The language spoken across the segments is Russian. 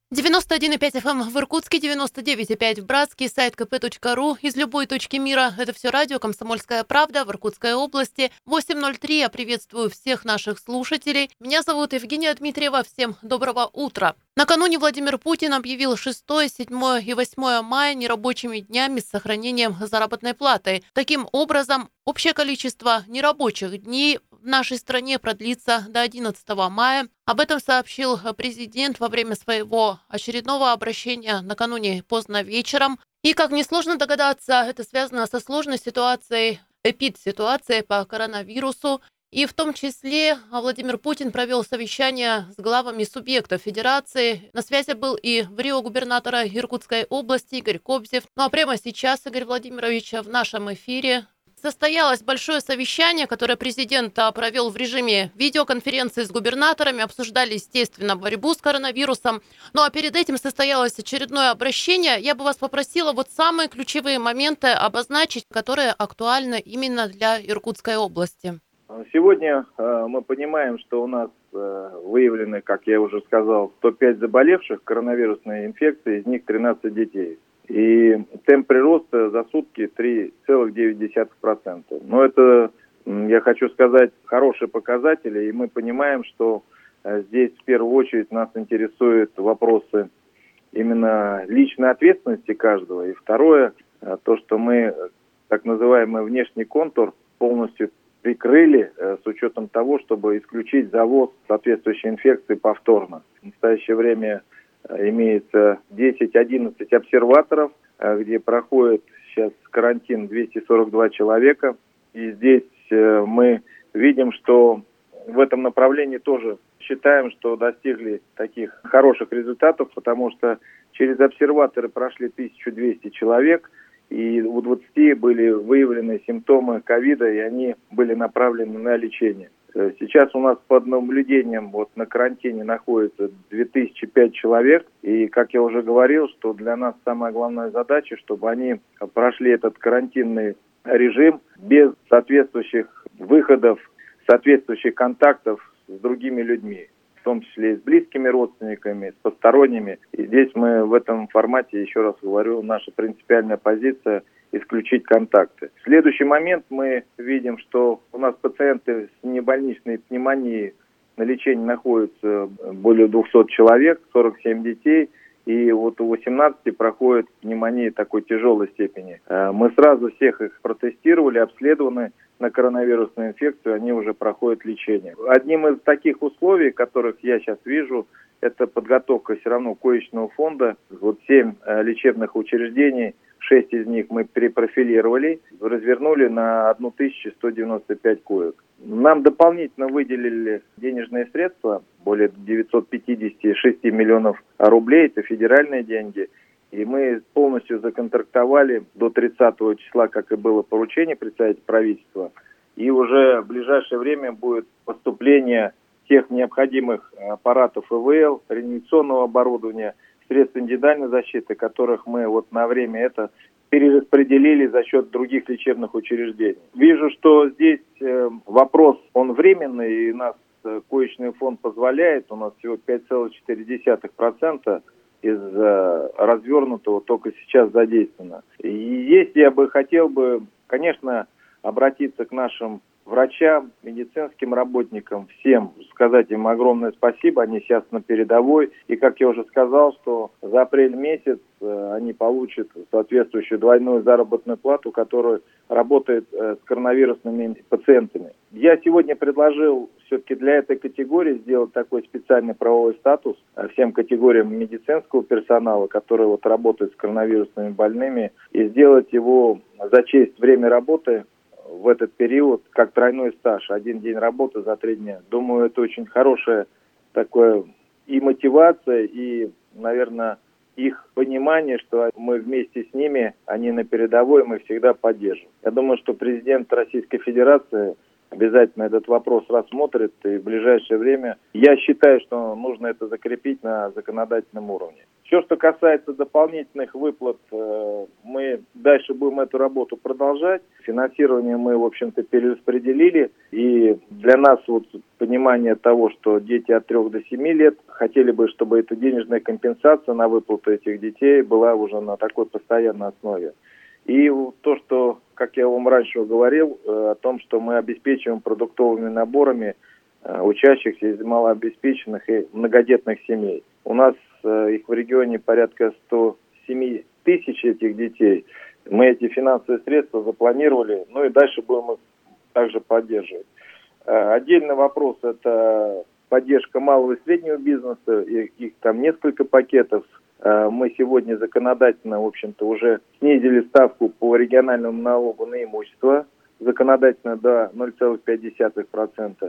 91,5 FM в Иркутске, 99,5 в Братске, сайт kp.ru из любой точки мира. Это все радио «Комсомольская правда» в Иркутской области. 8:03. Я приветствую всех наших слушателей. Меня зовут Евгения Дмитриева. Всем доброго утра. Накануне Владимир Путин объявил 6, 7 и 8 мая нерабочими днями с сохранением заработной платы. Таким образом, общее количество нерабочих дней в нашей стране продлится до 11 мая. Об этом сообщил президент во время своего очередного обращения накануне поздно вечером. И, как несложно догадаться, это связано со сложной ситуацией, эпидситуацией по коронавирусу. И в том числе Владимир Путин провел совещание с главами субъектов федерации. На связи был и в Рио губернатора Иркутской области Игорь Кобзев. Ну а прямо сейчас, Игорь Владимирович, в нашем эфире состоялось большое совещание, которое президент провел в режиме видеоконференции с губернаторами. Обсуждали, естественно, борьбу с коронавирусом. Ну а перед этим состоялось очередное обращение. Я бы вас попросила вот самые ключевые моменты обозначить, которые актуальны именно для Иркутской области. Сегодня мы понимаем, что у нас выявлены, как я уже сказал, 105 заболевших коронавирусной инфекцией, из них 13 детей. И темп прироста за сутки 3,9%. Но это, я хочу сказать, хорошие показатели, и мы понимаем, что здесь в первую очередь нас интересуют вопросы именно личной ответственности каждого. И второе, то, что мы так называемый внешний контур полностью прикрыли с учетом того, чтобы исключить завоз соответствующей инфекции повторно. В настоящее время имеется 10-11 обсерваторов, где проходит сейчас карантин 242 человека. И здесь мы видим, что в этом направлении тоже считаем, что достигли таких хороших результатов, потому что через обсерваторы прошли 1200 человек, и у 20 были выявлены симптомы ковида, и они были направлены на лечение. Сейчас у нас под наблюдением на карантине находится 2005 человек. И, как я уже говорил, что для нас самая главная задача, чтобы они прошли этот карантинный режим без соответствующих выходов, соответствующих контактов с другими людьми, в том числе и с близкими родственниками, с посторонними. И здесь мы в этом формате, еще раз говорю, наша принципиальная позиция – исключить контакты. В следующий момент мы видим, что у нас пациенты с небольничной пневмонией на лечении находятся более 200 человек, 47 детей, и у 18 проходит пневмония такой тяжелой степени. Мы сразу всех их протестировали, обследованы на коронавирусную инфекцию, они уже проходят лечение. Одним из таких условий, которых я сейчас вижу, это подготовка все равно коечного фонда. 7 лечебных учреждений, 6 из них мы перепрофилировали, развернули на 1195 коек. Нам дополнительно выделили денежные средства, более 956 миллионов рублей, это федеральные деньги. И мы полностью законтрактовали до 30 числа, как и было поручение представителя правительства. И уже в ближайшее время будет поступление всех необходимых аппаратов ИВЛ, реанимационного оборудования, средств индивидуальной защиты, которых мы на время это перераспределили за счет других лечебных учреждений. Вижу, что здесь вопрос, он временный, и нас коечный фонд позволяет, у нас всего 5,4% из развернутого только сейчас задействовано. И здесь я бы хотел конечно, обратиться к нашим врачам, медицинским работникам, всем сказать им огромное спасибо, они сейчас на передовой. И, как я уже сказал, что за апрель месяц они получат соответствующую двойную заработную плату, которая работает с коронавирусными пациентами. Я сегодня предложил все-таки для этой категории сделать такой специальный правовой статус всем категориям медицинского персонала, который работает с коронавирусными больными, и сделать его зачесть время работы в этот период как тройной стаж, 1 день работы за 3 дня. Думаю, это очень хорошая такое и мотивация, и, наверное, их понимание, что мы вместе с ними, они на передовой, мы всегда поддержим. Я думаю, что президент Российской Федерации обязательно этот вопрос рассмотрит, и в ближайшее время, я считаю, что нужно это закрепить на законодательном уровне. Все, что касается дополнительных выплат, мы дальше будем эту работу продолжать. Финансирование мы, в общем-то, перераспределили. И для нас понимание того, что дети от 3 до 7 лет, хотели бы, чтобы эта денежная компенсация на выплату этих детей была уже на такой постоянной основе. И то, что, как я вам раньше говорил, о том, что мы обеспечиваем продуктовыми наборами учащихся из малообеспеченных и многодетных семей. У нас их в регионе порядка 107 тысяч этих детей. Мы эти финансовые средства запланировали, и дальше будем их также поддерживать. Отдельный вопрос – это поддержка малого и среднего бизнеса, их там несколько пакетов. Мы сегодня законодательно, в общем-то, уже снизили ставку по региональному налогу на имущество, законодательно до 0,5%.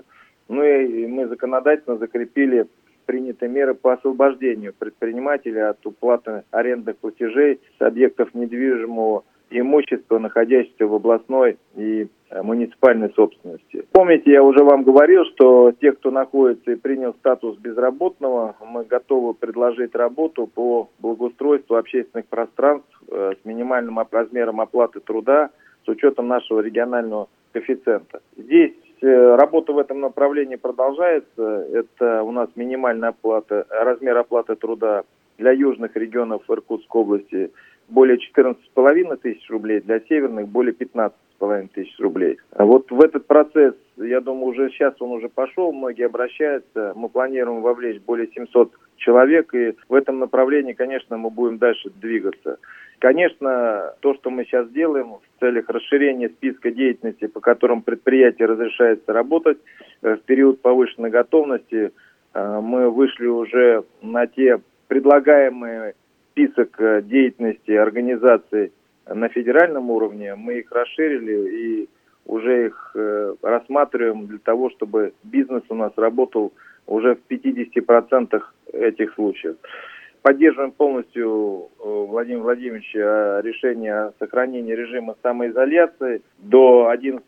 И мы законодательно закрепили принятые меры по освобождению предпринимателя от уплаты арендных платежей с объектов недвижимого имущества, находящихся в областной и муниципальной собственности. Помните, я уже вам говорил, что те, кто находится и принял статус безработного, мы готовы предложить работу по благоустройству общественных пространств с минимальным размером оплаты труда с учетом нашего регионального коэффициента. Здесь работа в этом направлении продолжается. Это у нас минимальная оплата, размер оплаты труда для южных регионов Иркутской области более 14,5 тысяч рублей, для северных более 15,5 тысяч рублей. В этот процесс, я думаю, уже сейчас он уже пошел, многие обращаются. Мы планируем вовлечь более 700 человек, и в этом направлении, конечно, мы будем дальше двигаться. Конечно, то, что мы сейчас делаем в целях расширения списка деятельности, по которым предприятие разрешается работать в период повышенной готовности, мы вышли уже на те предлагаемые список деятельности организаций на федеральном уровне. Мы их расширили и уже их рассматриваем для того, чтобы бизнес у нас работал уже в 50% этих случаев. Поддерживаем полностью Владимира Владимировича решение о сохранении режима самоизоляции до 11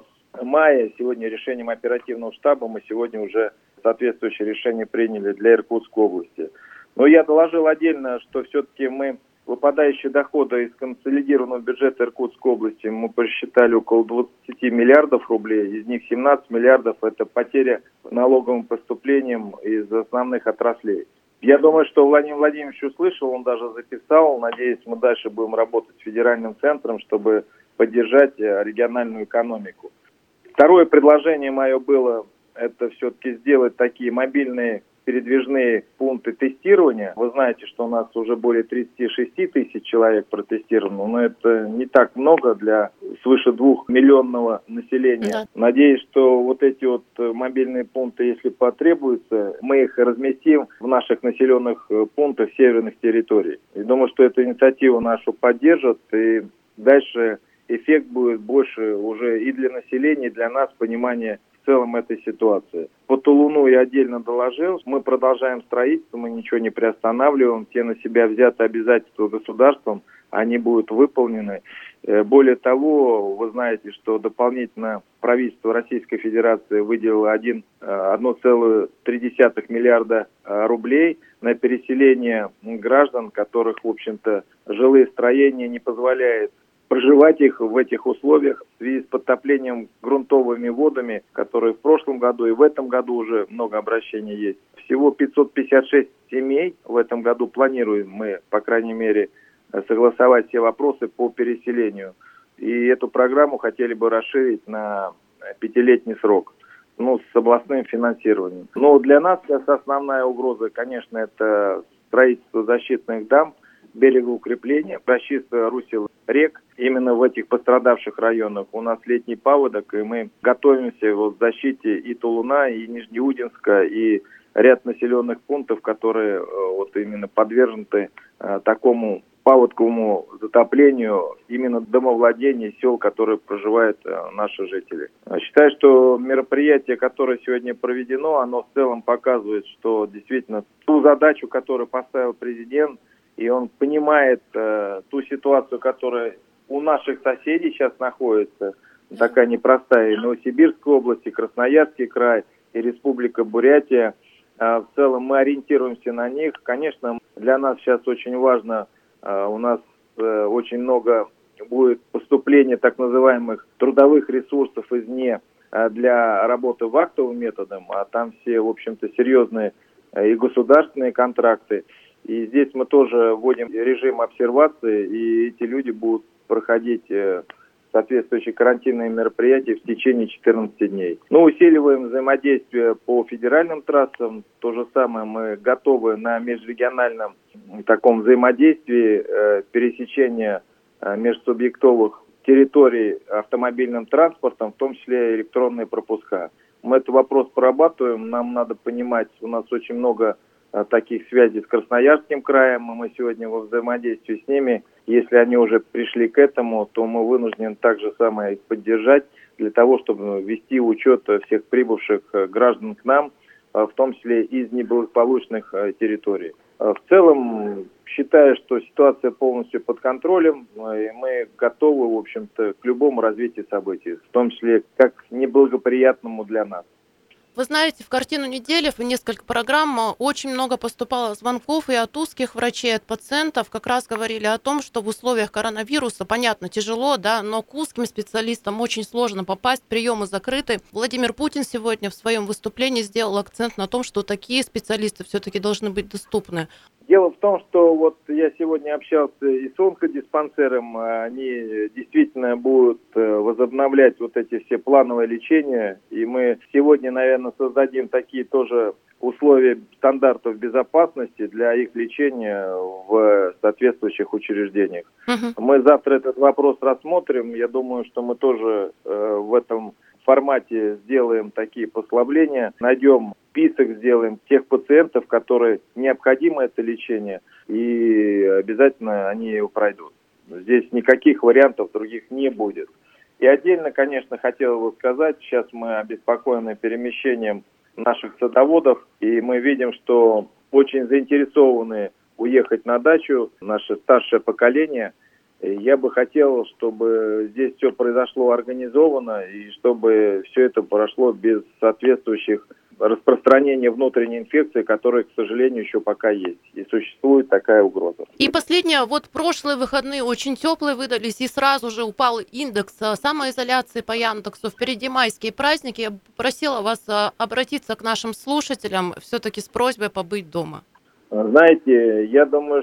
мая. Сегодня решением оперативного штаба мы сегодня уже соответствующее решение приняли для Иркутской области. Но я доложил отдельно, что все-таки мы выпадающие доходы из консолидированного бюджета Иркутской области мы посчитали около 20 миллиардов рублей. Из них 17 миллиардов – это потеря налоговым поступлением из основных отраслей. Я думаю, что Владимир Владимирович услышал, он даже записал. Надеюсь, мы дальше будем работать с федеральным центром, чтобы поддержать региональную экономику. Второе предложение мое было, это все-таки сделать такие мобильные передвижные пункты тестирования. Вы знаете, что у нас уже более 36 тысяч человек протестировано, но это не так много для свыше 2-миллионного населения. Да. Надеюсь, что эти мобильные пункты, если потребуется, мы их разместим в наших населенных пунктах северных территорий. И думаю, что эту инициативу нашу поддержат, и дальше эффект будет больше уже и для населения, и для нас понимания в целом этой ситуации. По Тулуну я отдельно доложил. Мы продолжаем строительство, мы ничего не приостанавливаем. Те на себя взятые обязательства государством, они будут выполнены. Более того, вы знаете, что дополнительно правительство Российской Федерации выделило 1,3 миллиарда рублей на переселение граждан, которых, в общем-то, жилые строения не позволяют проживать их в этих условиях в связи с подтоплением грунтовыми водами, которые в прошлом году и в этом году уже много обращений есть. Всего 556 семей в этом году планируем мы, по крайней мере, согласовать все вопросы по переселению. И эту программу хотели бы расширить на 5-летний срок, с областным финансированием. Но для нас сейчас основная угроза, конечно, это строительство защитных дамб, берегоукрепления, расчистка русел рек. Именно в этих пострадавших районах у нас летний паводок, и мы готовимся к защите и Тулуна, и Нижнеудинска, и ряд населенных пунктов, которые именно подвергнуты такому паводковому затоплению именно домовладений сел, которые проживают наши жители. Считаю, что мероприятие, которое сегодня проведено, оно в целом показывает, что действительно ту задачу, которую поставил президент, и он понимает ту ситуацию, которая у наших соседей сейчас находится, такая непростая, и Новосибирская область, и Красноярский край, и Республика Бурятия. В целом мы ориентируемся на них. Конечно, для нас сейчас очень важно, у нас очень много будет поступления так называемых трудовых ресурсов извне для работы вахтовым методом, а там все, в общем-то, серьезные и государственные контракты. И здесь мы тоже вводим режим обсервации, и эти люди будут проходить соответствующие карантинные мероприятия в течение 14 дней. Усиливаем взаимодействие по федеральным трассам. То же самое мы готовы на межрегиональном таком взаимодействии пересечения межсубъектовых территорий автомобильным транспортом, в том числе электронные пропуска. Мы этот вопрос прорабатываем. Нам надо понимать, у нас очень много таких связей с Красноярским краем, и мы сегодня во взаимодействии с ними. Если они уже пришли к этому, то мы вынуждены так же самое их поддержать для того, чтобы вести учет всех прибывших граждан к нам, в том числе из неблагополучных территорий. В целом, считаю, что ситуация полностью под контролем, и мы готовы, в общем-то, к любому развитию событий, в том числе как неблагоприятному для нас. Вы знаете, в картину недели, в несколько программ очень много поступало звонков и от узких врачей, от пациентов. Как раз говорили о том, что в условиях коронавируса, понятно, тяжело, да, но к узким специалистам очень сложно попасть, приемы закрыты. Владимир Путин сегодня в своем выступлении сделал акцент на том, что такие специалисты все-таки должны быть доступны. Дело в том, что вот я сегодня общался и с онкодиспансером, они действительно будут возобновлять вот эти все плановые лечения, и мы сегодня, наверное, создадим такие тоже условия стандартов безопасности для их лечения в соответствующих учреждениях. Мы завтра этот вопрос рассмотрим, я думаю, что мы тоже в этом формате сделаем такие послабления, найдем список, сделаем тех пациентов, которые необходимо это лечение, и обязательно они его пройдут. Здесь никаких вариантов других не будет. И отдельно, конечно, хотел бы сказать, сейчас мы обеспокоены перемещением наших садоводов, и мы видим, что очень заинтересованы уехать на дачу наше старшее поколение. Я бы хотел, чтобы здесь все произошло организованно и чтобы все это прошло без соответствующих распространения внутренней инфекции, которая, к сожалению, еще пока есть. И существует такая угроза. И последнее, вот прошлые выходные очень теплые выдались, и сразу же упал индекс самоизоляции по Яндексу. Впереди майские праздники. Я просила вас обратиться к нашим слушателям все-таки с просьбой побыть дома. Знаете, я думаю,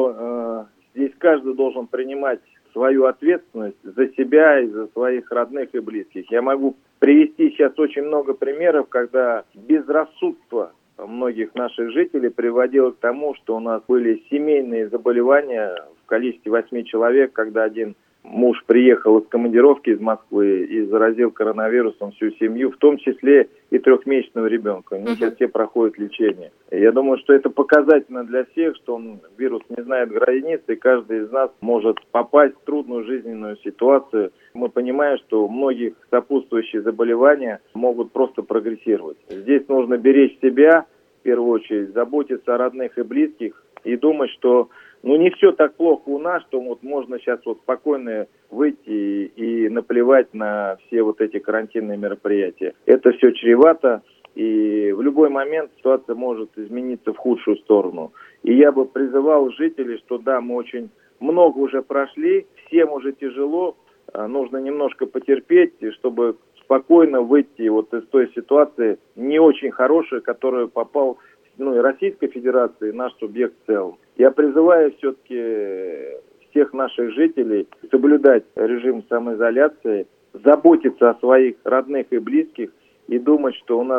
что здесь каждый должен принимать свою ответственность за себя и за своих родных и близких. Я могу привести сейчас очень много примеров, когда безрассудство многих наших жителей приводило к тому, что у нас были семейные заболевания в количестве 8 человек, когда один муж приехал из командировки из Москвы и заразил коронавирусом всю семью, в том числе и 3-месячного ребенка. Они сейчас все проходят лечение. Я думаю, что это показательно для всех, что вирус не знает границ, и каждый из нас может попасть в трудную жизненную ситуацию. Мы понимаем, что у многих сопутствующие заболевания могут просто прогрессировать. Здесь нужно беречь себя, в первую очередь, заботиться о родных и близких, и думать, что не все так плохо у нас, что вот можно сейчас вот спокойно выйти и наплевать на все вот эти карантинные мероприятия. Это все чревато, и в любой момент ситуация может измениться в худшую сторону. И я бы призывал жителей, что да, мы очень много уже прошли, всем уже тяжело, нужно немножко потерпеть, чтобы спокойно выйти вот из той ситуации не очень хорошей, в которую попал и Российская Федерация, и наш субъект в целом. Я призываю все-таки всех наших жителей соблюдать режим самоизоляции, заботиться о своих родных и близких и думать, что у нас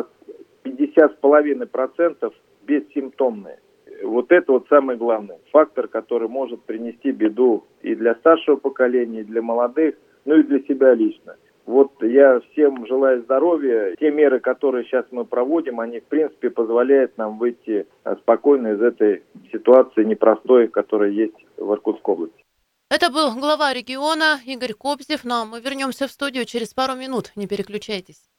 50,5% бессимптомные. Вот это вот самый главный фактор, который может принести беду и для старшего поколения, и для молодых, и для себя лично. Вот я всем желаю здоровья. Те меры, которые сейчас мы проводим, они, в принципе, позволяют нам выйти спокойно из этой ситуации непростой, которая есть в Иркутской области. Это был глава региона Игорь Кобзев. Но мы вернемся в студию через пару минут. Не переключайтесь.